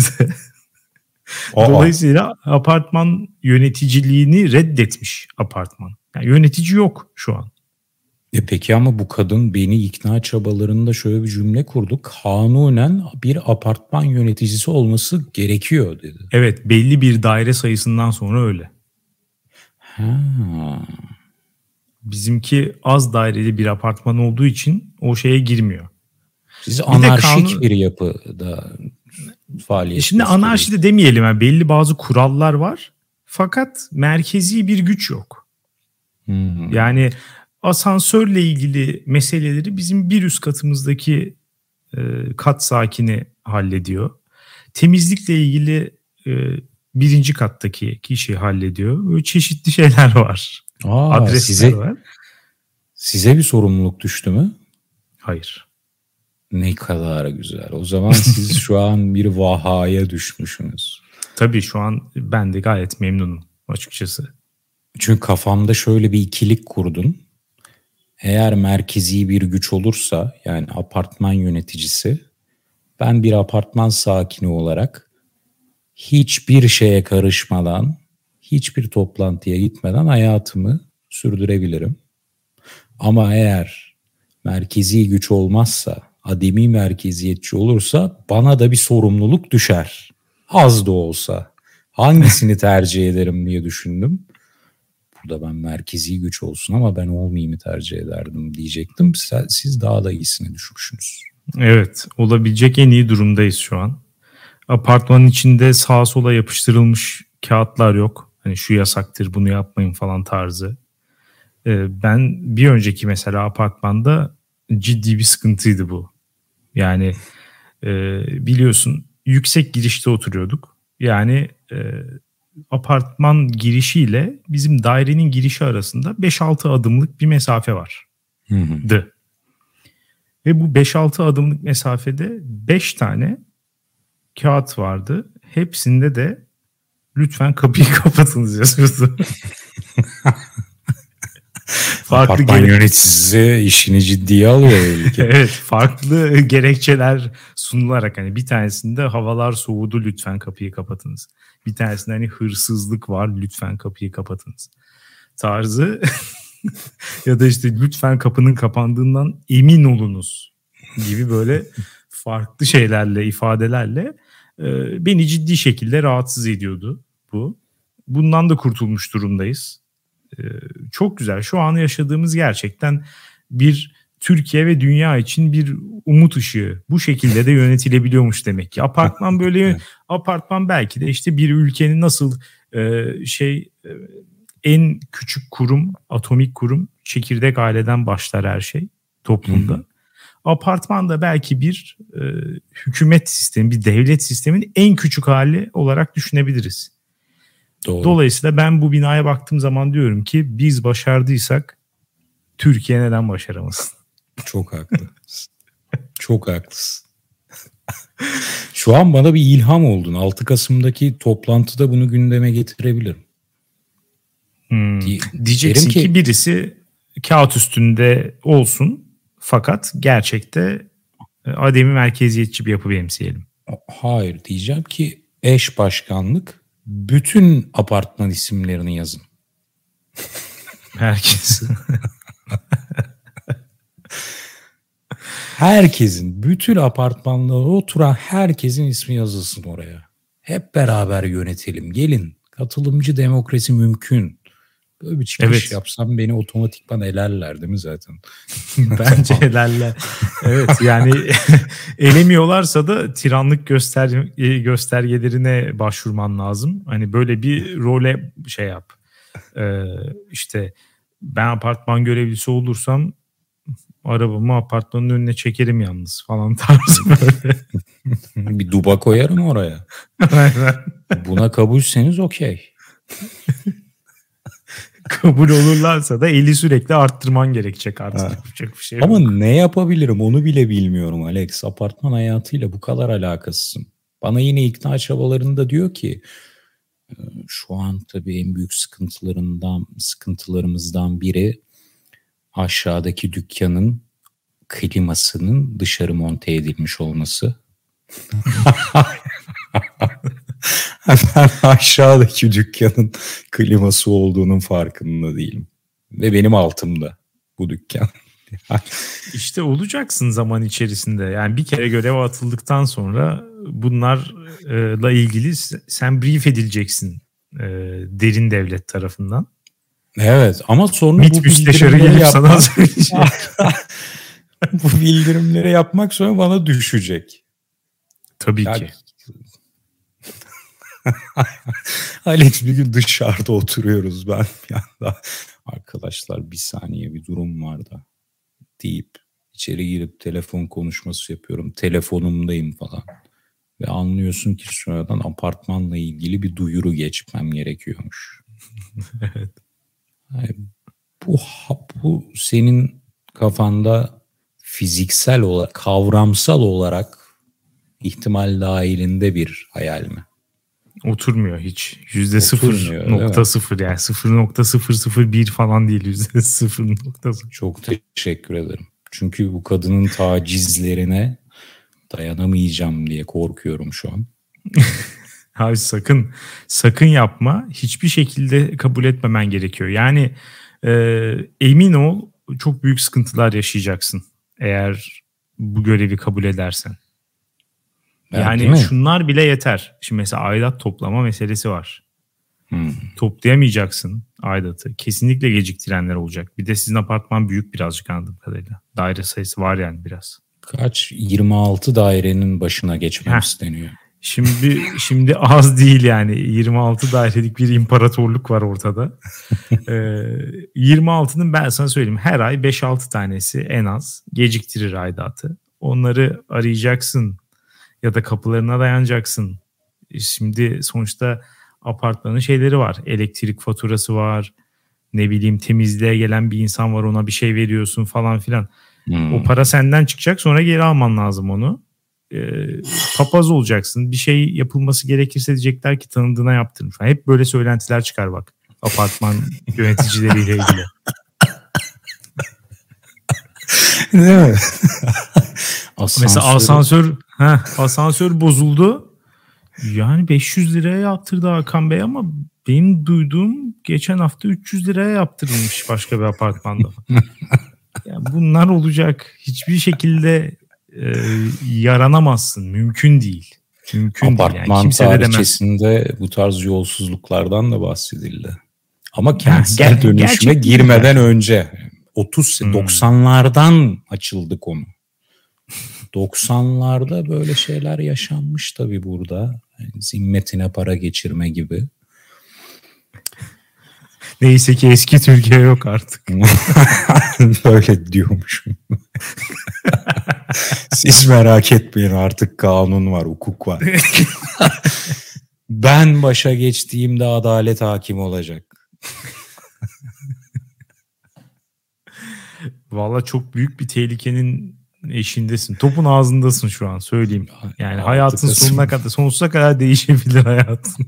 Dolayısıyla apartman yöneticiliğini reddetmiş apartman. Yani yönetici yok şu an. E peki ama bu kadın beni ikna çabalarında şöyle bir cümle kurdu. Kanunen bir apartman yöneticisi olması gerekiyor dedi. Evet, belli bir daire sayısından sonra öyle. Ha. Bizimki az daireli bir apartman olduğu için o şeye girmiyor. Siz bir anarşik kanun... bir yapıda faaliyet Şimdi anarşi de demeyelim. Yani belli bazı kurallar var. Fakat merkezi bir güç yok. Hmm. Yani asansörle ilgili meseleleri bizim bir üst katımızdaki e, kat sakini hallediyor. Temizlikle ilgili e, birinci kattaki kişi hallediyor. Böyle çeşitli şeyler var. Aa, Adresler size, var. Size bir sorumluluk düştü mü? Hayır. Ne kadar güzel. O zaman siz şu an bir vahaya düşmüşsünüz. Tabii şu an ben de gayet memnunum açıkçası. Çünkü kafamda şöyle bir ikilik kurdun. Eğer merkezi bir güç olursa, yani apartman yöneticisi, ben bir apartman sakini olarak hiçbir şeye karışmadan, hiçbir toplantıya gitmeden hayatımı sürdürebilirim. Ama eğer merkezi güç olmazsa, ademi merkeziyetçi olursa bana da bir sorumluluk düşer. Az da olsa. Hangisini tercih ederim diye düşündüm. Burada ben merkezi güç olsun ama ben olmayayım tercih ederdim diyecektim. Siz daha da iyisini düşmüşsünüz. Evet, olabilecek en iyi durumdayız şu an. Apartmanın içinde sağa sola yapıştırılmış kağıtlar yok. Hani şu yasaktır, bunu yapmayın falan tarzı. Ee, ben bir önceki mesela apartmanda ciddi bir sıkıntıydı bu. Yani e, biliyorsun yüksek girişte oturuyorduk. Yani e, apartman girişiyle bizim dairenin girişi arasında beş altı adımlık bir mesafe var. Hı hı. Ve bu beş altı adımlık mesafede beş tane kağıt vardı. Hepsinde de lütfen kapıyı kapatınız yazıyordu. Farklı apartman gerek... yöneticisi işini ciddiye alıyor. Evet, farklı gerekçeler sunularak hani bir tanesinde havalar soğudu lütfen kapıyı kapatınız. Bir tanesinde hani hırsızlık var lütfen kapıyı kapatınız tarzı. Ya da işte lütfen kapının kapandığından emin olunuz gibi böyle farklı şeylerle, ifadelerle e, beni ciddi şekilde rahatsız ediyordu bu. Bundan da kurtulmuş durumdayız. E, çok güzel. Şu an yaşadığımız gerçekten bir Türkiye ve dünya için bir umut ışığı. Bu şekilde de yönetilebiliyormuş demek ki. Apartman böyle apartman belki de işte bir ülkenin nasıl e, şey e, en küçük kurum, atomik kurum, çekirdek aileden başlar her şey toplumda. Hı hı. Apartman da belki bir e, hükümet sistemi, bir devlet sisteminin en küçük hali olarak düşünebiliriz. Doğru. Dolayısıyla ben bu binaya baktığım zaman diyorum ki biz başardıysak Türkiye neden başaramasın? Çok haklı. Çok haklısın. Şu an bana bir ilham oldun. altı Kasım'daki toplantıda bunu gündeme getirebilirim. Hmm. Diyeceksin ki, ki birisi kağıt üstünde olsun fakat gerçekte ademi merkeziyetçi bir yapı benimseyelim. Hayır, diyeceğim ki eş başkanlık bütün apartman isimlerini yazın. Herkes. Herkesin, bütün apartmanlarda oturan herkesin ismi yazılsın oraya. Hep beraber yönetelim. Gelin. Katılımcı demokrasi mümkün. Böyle bir çıkış evet. yapsam beni otomatikman elerler değil mi zaten? Bence elerler. Evet yani elemiyorlarsa da tiranlık göster göstergelerine başvurman lazım. Hani böyle bir role şey yap. Ee, işte ben apartman görevlisi olursam arabamı apartmanın önüne çekerim yalnız falan tarzı böyle. Bir duba koyarım oraya. Buna kabulseniz okey. Kabul olurlarsa da eli sürekli arttırman gerekecek artık. Yapacak bir şey yok. Ama ne yapabilirim onu bile bilmiyorum Alex. Apartman hayatıyla bu kadar alakasızım. Bana yine ikna çabalarında diyor ki şu an tabii en büyük sıkıntılarından sıkıntılarımızdan biri aşağıdaki dükkanın klimasının dışarı monte edilmiş olması. Ben aşağıdaki dükkanın kliması olduğunun farkında değilim. Ve benim altımda bu dükkan. İşte olacaksın zaman içerisinde. Yani bir kere göreve atıldıktan sonra bunlarla ilgili sen brief edileceksin e, derin devlet tarafından. Evet ama sonra MİT bu müsteşarı bildirimleri gelip yapmak, sana söyleyecek. bu bildirimleri yapmak sonra bana düşecek. Tabii ya, ki. Alex bir gün dışarıda oturuyoruz ben bir anda. Arkadaşlar bir saniye bir durum var da deyip içeri girip telefon konuşması yapıyorum. Telefonumdayım falan. Ve anlıyorsun ki sonradan apartmanla ilgili bir duyuru geçmem gerekiyormuş. Evet. Yani bu, bu senin kafanda fiziksel olarak, kavramsal olarak ihtimal dahilinde bir hayal mi? Oturmuyor hiç. Yüzde sıfır nokta sıfır yani sıfır nokta sıfır sıfır bir falan değil. Yüzde sıfır nokta sıfır. Çok teşekkür ederim. Çünkü bu kadının tacizlerine dayanamayacağım diye korkuyorum şu an. Hayır sakın sakın yapma. Hiçbir şekilde kabul etmemen gerekiyor. Yani e, emin ol çok büyük sıkıntılar yaşayacaksın eğer bu görevi kabul edersen. Yani, yani şunlar bile yeter. Şimdi mesela aidat toplama meselesi var. Hmm. Toplayamayacaksın aidatı. Kesinlikle geciktirenler olacak. Bir de sizin apartman büyük birazcık anladığım kadarıyla. Daire sayısı var yani biraz. Kaç? yirmi altı dairenin başına geçmem Heh. isteniyor. Şimdi şimdi az değil yani. yirmi altı dairelik bir imparatorluk var ortada. ee, yirmi altının ben sana söyleyeyim her ay beş altı tanesi en az geciktirir aidatı. Onları arayacaksın ya da kapılarına dayanacaksın. Şimdi sonuçta apartmanın şeyleri var. Elektrik faturası var. Ne bileyim temizliğe gelen bir insan var ona bir şey veriyorsun falan filan. Hmm. O para senden çıkacak sonra geri alman lazım onu. Ee, papaz olacaksın. Bir şey yapılması gerekirse diyecekler ki tanıdığına yaptırmış. Hep böyle söylentiler çıkar bak. Apartman yöneticileriyle ilgili. Değil mi? Asansör. Mesela asansör heh, asansör bozuldu. Yani beş yüz liraya yaptırdı Hakan Bey ama benim duyduğum geçen hafta üç yüz liraya yaptırılmış başka bir apartmanda. Yani bunlar olacak. Hiçbir şekilde e, yaranamazsın. Mümkün değil. Mümkün Apartman değil. Yani tarihçesinde bu tarz yolsuzluklardan da bahsedildi. Ama kentsel Ger- dönüşüme girmeden yani. önce otuz hmm. doksanlardan açıldı konu. doksanlarda böyle şeyler yaşanmış tabii burada. Yani zimmetine para geçirme gibi. Neyse ki eski Türkiye yok artık. Böyle diyormuşum. Siz merak etmeyin artık kanun var, hukuk var. Ben başa geçtiğimde adalet hakim olacak. Vallahi çok büyük bir tehlikenin eşindesin. Topun ağzındasın şu an söyleyeyim. Yani hayatın sonuna kadar, sonsuza kadar değişebilir hayatın.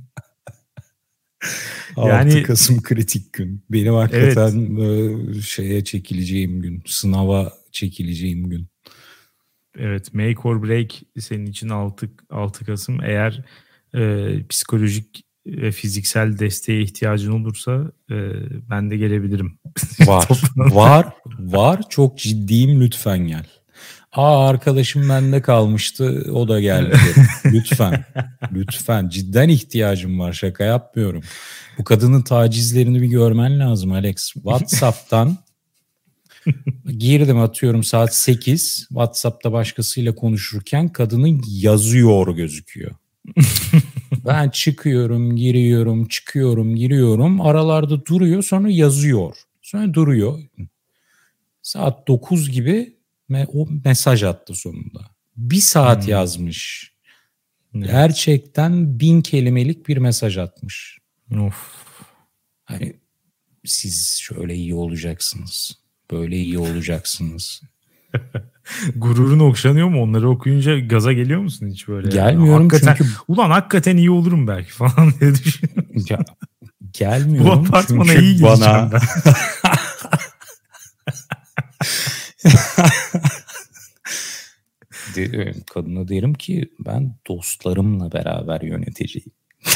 Yani, altı Kasım kritik gün. Benim hakikaten evet. şeye çekileceğim gün. Sınava çekileceğim gün. Evet, make or break senin için altı Kasım. Eğer e, psikolojik ve fiziksel desteğe ihtiyacın olursa e, ben de gelebilirim. Var, var, var. Çok ciddiyim, lütfen gel. Aa arkadaşım bende kalmıştı, o da geldi. Lütfen, lütfen. Cidden ihtiyacım var, şaka yapmıyorum. Bu kadının tacizlerini bir görmen lazım Alex. WhatsApp'tan girdim atıyorum saat sekiz. WhatsApp'ta başkasıyla konuşurken kadının yazıyor gözüküyor. Ben çıkıyorum, giriyorum, çıkıyorum, giriyorum. Aralarda duruyor, sonra yazıyor. Sonra duruyor. Saat dokuz gibi o mesaj attı sonunda. Bir saat hmm. yazmış. Evet. Gerçekten bin kelimelik bir mesaj atmış. Of. Hani siz şöyle iyi olacaksınız, böyle iyi olacaksınız. Gururun okşanıyor mu? Onları okuyunca gaza geliyor musun hiç böyle? Gelmiyorum hakikaten, çünkü... Ulan hakikaten iyi olurum belki falan diye düşünüyorum. Ya, gelmiyorum bu apartmana çünkü iyi bana... ben. Kadına derim ki ben dostlarımla beraber yöneteceğim.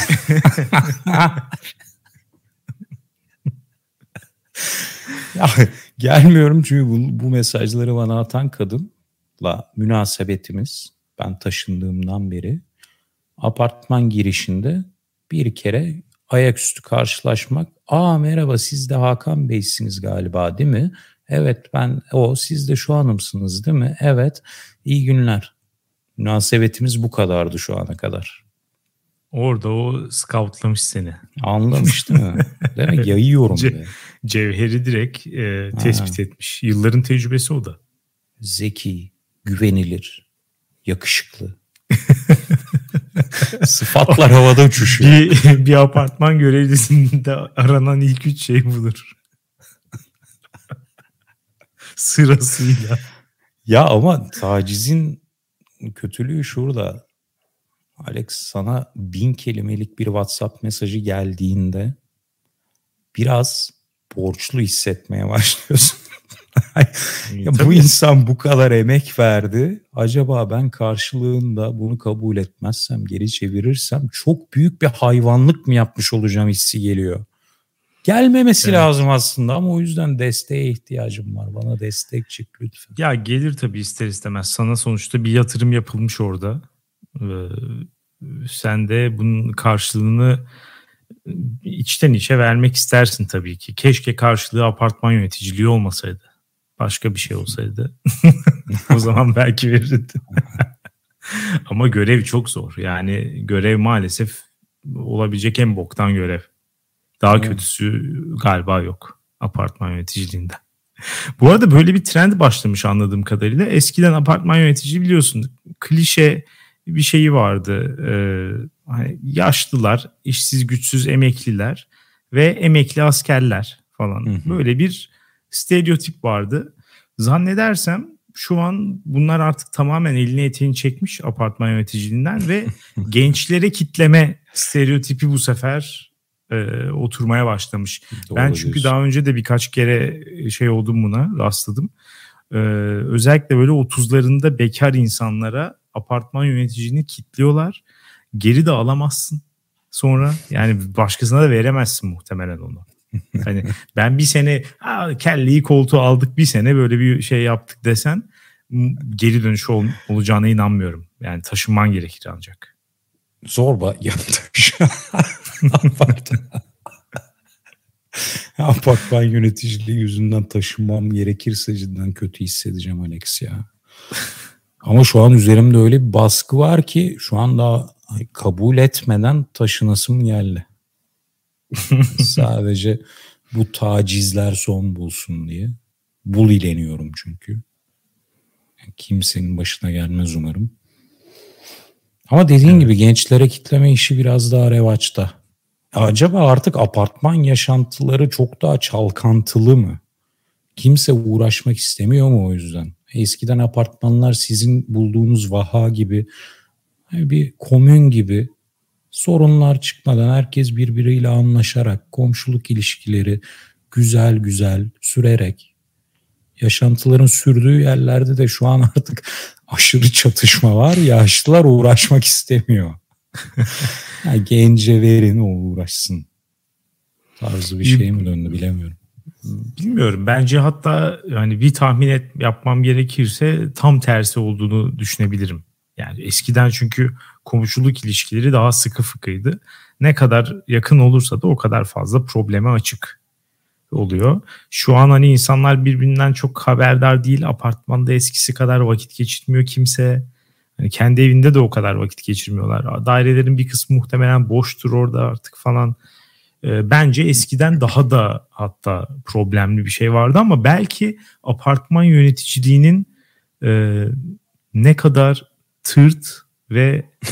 Ya, gelmiyorum çünkü bu, bu mesajları bana atan kadınla münasebetimiz, ben taşındığımdan beri apartman girişinde bir kere ayaküstü karşılaşmak. Aa merhaba, siz de Hakan Bey'siniz galiba değil mi? Evet ben o, siz de şu hanımsınız değil mi? Evet, iyi günler. Münasebetimiz bu kadardı şu ana kadar. Orada o scoutlamış seni. Anlamış değil mi? Demek yayıyorum Ce- be. Cevheri direkt e, tespit ha. etmiş. Yılların tecrübesi o da. Zeki, güvenilir, yakışıklı. Sıfatlar havada uçuşuyor. Bir, bir apartman görevlisinde aranan ilk üç şey budur. Sırasıyla. Ya ama tacizin kötülüğü şurada. Alex, sana bin kelimelik bir WhatsApp mesajı geldiğinde biraz borçlu hissetmeye başlıyorsun. Ya bu insan bu kadar emek verdi. Acaba ben karşılığında bunu kabul etmezsem, geri çevirirsem çok büyük bir hayvanlık mı yapmış olacağım hissi geliyor. Gelmemesi evet. lazım aslında ama o yüzden desteğe ihtiyacım var. Bana destek çık lütfen. Ya gelir tabii ister istemez. Sana sonuçta bir yatırım yapılmış orada. Ee, sen de bunun karşılığını içten içe vermek istersin tabii ki. Keşke karşılığı apartman yöneticiliği olmasaydı. Başka bir şey olsaydı. O zaman belki verirdin. Ama görev çok zor. Yani görev maalesef olabilecek en boktan görev. Daha evet. kötüsü galiba yok apartman yöneticiliğinde. Bu arada böyle bir trend başlamış anladığım kadarıyla. Eskiden apartman yöneticiliği biliyorsun klişe bir şeyi vardı. Ee, hani yaşlılar, işsiz güçsüz emekliler ve emekli askerler falan. Hı hı. Böyle bir stereotip vardı. Zannedersem şu an bunlar artık tamamen elini eteğini çekmiş apartman yöneticiliğinden ve gençlere kitleme stereotipi bu sefer e, oturmaya başlamış. Doğru ben çünkü diyorsun. Daha önce de birkaç kere şey oldum buna, rastladım. Ee, özellikle böyle otuzlarında bekar insanlara apartman yöneticiliğini kitliyorlar. Geri de alamazsın sonra. Yani başkasına da veremezsin muhtemelen onu. Hani ben bir sene kelleyi koltuğu aldık bir sene böyle bir şey yaptık desen geri dönüşü ol, olacağına inanmıyorum. Yani taşınman gerekir ancak. Zorba yaptık. Apartman yöneticiliği yüzünden taşınmam gerekirse cidden kötü hissedeceğim Alex ya. Ama şu an üzerimde öyle bir baskı var ki şu an daha kabul etmeden taşınasım geldi. Sadece bu tacizler son bulsun diye. Bul ileniyorum çünkü. Yani kimsenin başına gelmez umarım. Ama dediğin evet. gibi gençlere kitleme işi biraz daha revaçta. Acaba artık apartman yaşantıları çok daha çalkantılı mı? Kimse uğraşmak istemiyor mu o yüzden? Eskiden apartmanlar sizin bulduğunuz vaha gibi bir komün gibi sorunlar çıkmadan herkes birbiriyle anlaşarak komşuluk ilişkileri güzel güzel sürerek yaşantıların sürdüğü yerlerde de şu an artık aşırı çatışma var. Yaşlılar uğraşmak istemiyor. Yani gence verin o uğraşsın tarzı bir şey mi döndü bilemiyorum. Bilmiyorum. Bence hatta yani bir tahmin et yapmam gerekirse tam tersi olduğunu düşünebilirim. Yani eskiden çünkü komşuluk ilişkileri daha sıkı fıkıydı. Ne kadar yakın olursa da o kadar fazla probleme açık oluyor. Şu an hani insanlar birbirinden çok haberdar değil. Apartmanda eskisi kadar vakit geçirmiyor kimse. Hani kendi evinde de o kadar vakit geçirmiyorlar. Dairelerin bir kısmı muhtemelen boştur orada artık falan. E, bence eskiden daha da hatta problemli bir şey vardı ama belki apartman yöneticiliğinin e, ne kadar tırt ve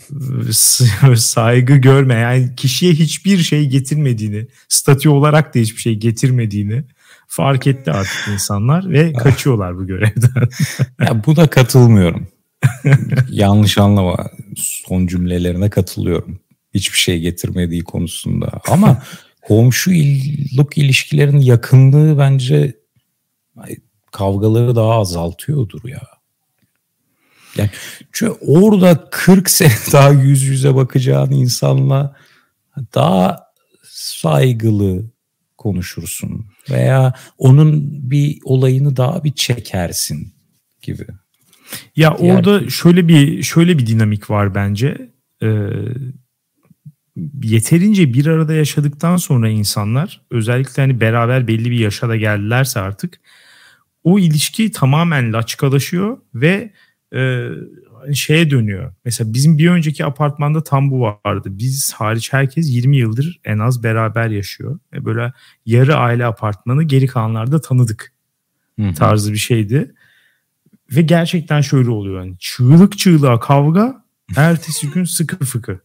saygı görme, yani kişiye hiçbir şey getirmediğini, statü olarak da hiçbir şey getirmediğini fark etti artık insanlar ve kaçıyorlar bu görevden. Ya buna katılmıyorum. Yanlış anlama, son cümlelerine katılıyorum. Hiçbir şey getirmediği konusunda. Ama komşuluk ilişkilerinin yakınlığı bence kavgaları daha azaltıyordur ya. Yani çünkü orada kırk sene daha yüz yüze bakacağın insanla daha saygılı konuşursun veya onun bir olayını daha bir çekersin gibi. Ya Diğer orada bir... şöyle bir şöyle bir dinamik var bence. Ee, yeterince bir arada yaşadıktan sonra insanlar, özellikle hani beraber belli bir yaşa da geldilerse artık, o ilişki tamamen laçkalaşıyor ve e, şeye dönüyor. Mesela bizim bir önceki apartmanda tam bu vardı. Biz hariç herkes yirmi yıldır en az beraber yaşıyor. E böyle yarı aile apartmanı, geri kalanlar da tanıdık Hı-hı. tarzı bir şeydi. Ve gerçekten şöyle oluyor. Yani çığlık çığlığa kavga, ertesi gün sıkı fıkı.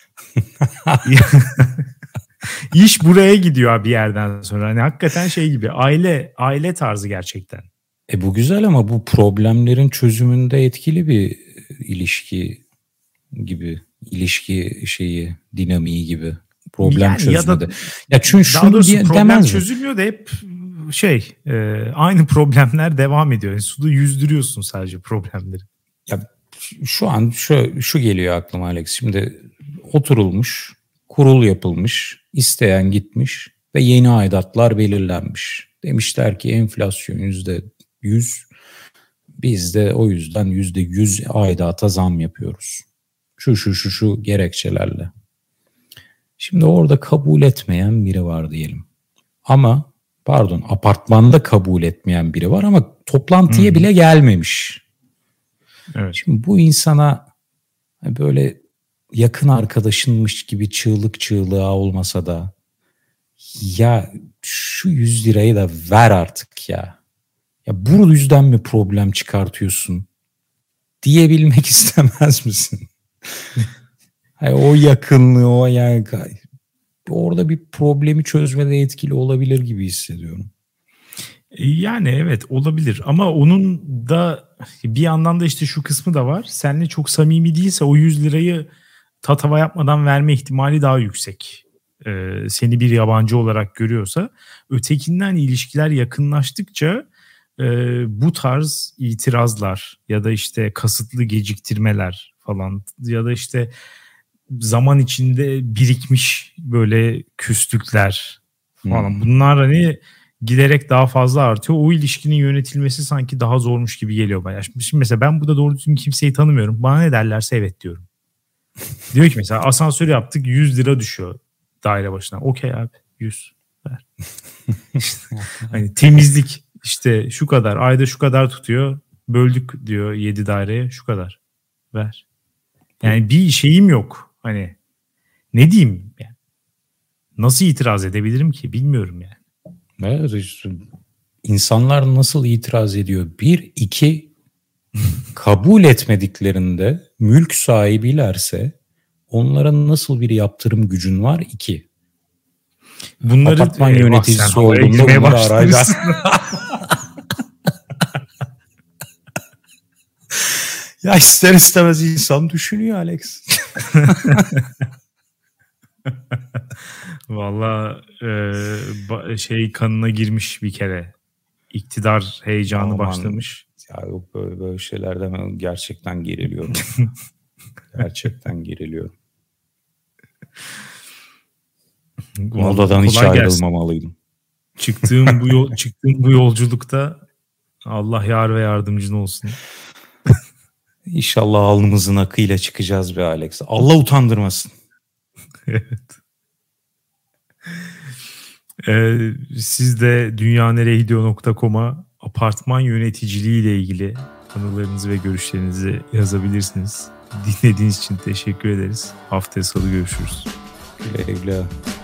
İş buraya gidiyor bir yerden sonra. Hani hakikaten şey gibi, aile aile tarzı gerçekten. E bu güzel ama bu problemlerin çözümünde etkili bir ilişki gibi, ilişki şeyi, dinamiği gibi. Problem yani çözmede. Ya, da, ya çünkü şunu diye problem çözülmüyor da hep şey, e, aynı problemler devam ediyor. Yani suda yüzdürüyorsun sadece problemleri. Ya şu an şu şu geliyor aklıma Alex. Şimdi oturulmuş, kurul yapılmış, isteyen gitmiş ve yeni aidatlar belirlenmiş. Demişler ki enflasyon yüzde yüz, biz de o yüzden yüzde yüz aidata zam yapıyoruz. Şu şu şu şu gerekçelerle. Şimdi orada kabul etmeyen biri var diyelim. Ama pardon, apartmanda kabul etmeyen biri var ama toplantıya hmm. bile gelmemiş. Evet. Şimdi bu insana böyle yakın arkadaşınmış gibi çığlık çığlığa olmasa da ya şu yüz lirayı da ver artık ya. Ya bu yüzden mi problem çıkartıyorsun diyebilmek istemez misin? Yani o yakınlığı, o yani orada bir problemi çözmede etkili olabilir gibi hissediyorum. Yani evet, olabilir ama onun da bir yandan da işte şu kısmı da var. Seninle çok samimi değilse o yüz lirayı tatava yapmadan verme ihtimali daha yüksek. Ee, seni bir yabancı olarak görüyorsa. Ötekinden ilişkiler yakınlaştıkça e, bu tarz itirazlar ya da işte kasıtlı geciktirmeler falan ya da işte zaman içinde birikmiş böyle küslükler falan, hmm. bunlar hani giderek daha fazla artıyor. O ilişkinin yönetilmesi sanki daha zormuş gibi geliyor bayağı. Şimdi mesela ben burada doğru düzgün kimseyi tanımıyorum. Bana ne derlerse evet diyorum. Diyor ki mesela asansör yaptık, yüz lira düşüyor daire başına. Okey abi, yüz ver. İşte, hani temizlik işte şu kadar, ayda şu kadar tutuyor. Böldük diyor yedi daireye, şu kadar ver. Yani bir şeyim yok. Hani ne diyeyim yani? Nasıl itiraz edebilirim ki? Bilmiyorum yani. Evet, işte insanlar nasıl itiraz ediyor? Bir, iki, kabul etmediklerinde mülk sahibilerse onlara nasıl bir yaptırım gücün var? İki. Bunları apartman e, yöneticisi olduğunda bunları arayacak. Ya ister istemez insan düşünüyor Alex. Vallahi e, şey kanına girmiş bir kere. İktidar heyecanı Aman, başlamış. Ya yok böyle, böyle şeylerden ben gerçekten geriliyorum. gerçekten geriliyorum. Modadan hiç ayrılmamalıydım. Çıktığım bu yol, çıktığım bu yolculukta Allah yar ve yardımcın olsun. İnşallah alnımızın akıyla çıkacağız be Alex. Allah utandırmasın. Evet. Ee, siz de dünyaneregidiyor nokta com'a apartman yöneticiliği ile ilgili anılarınızı ve görüşlerinizi yazabilirsiniz. Dinlediğiniz için teşekkür ederiz. Haftaya salı görüşürüz. Güle güle.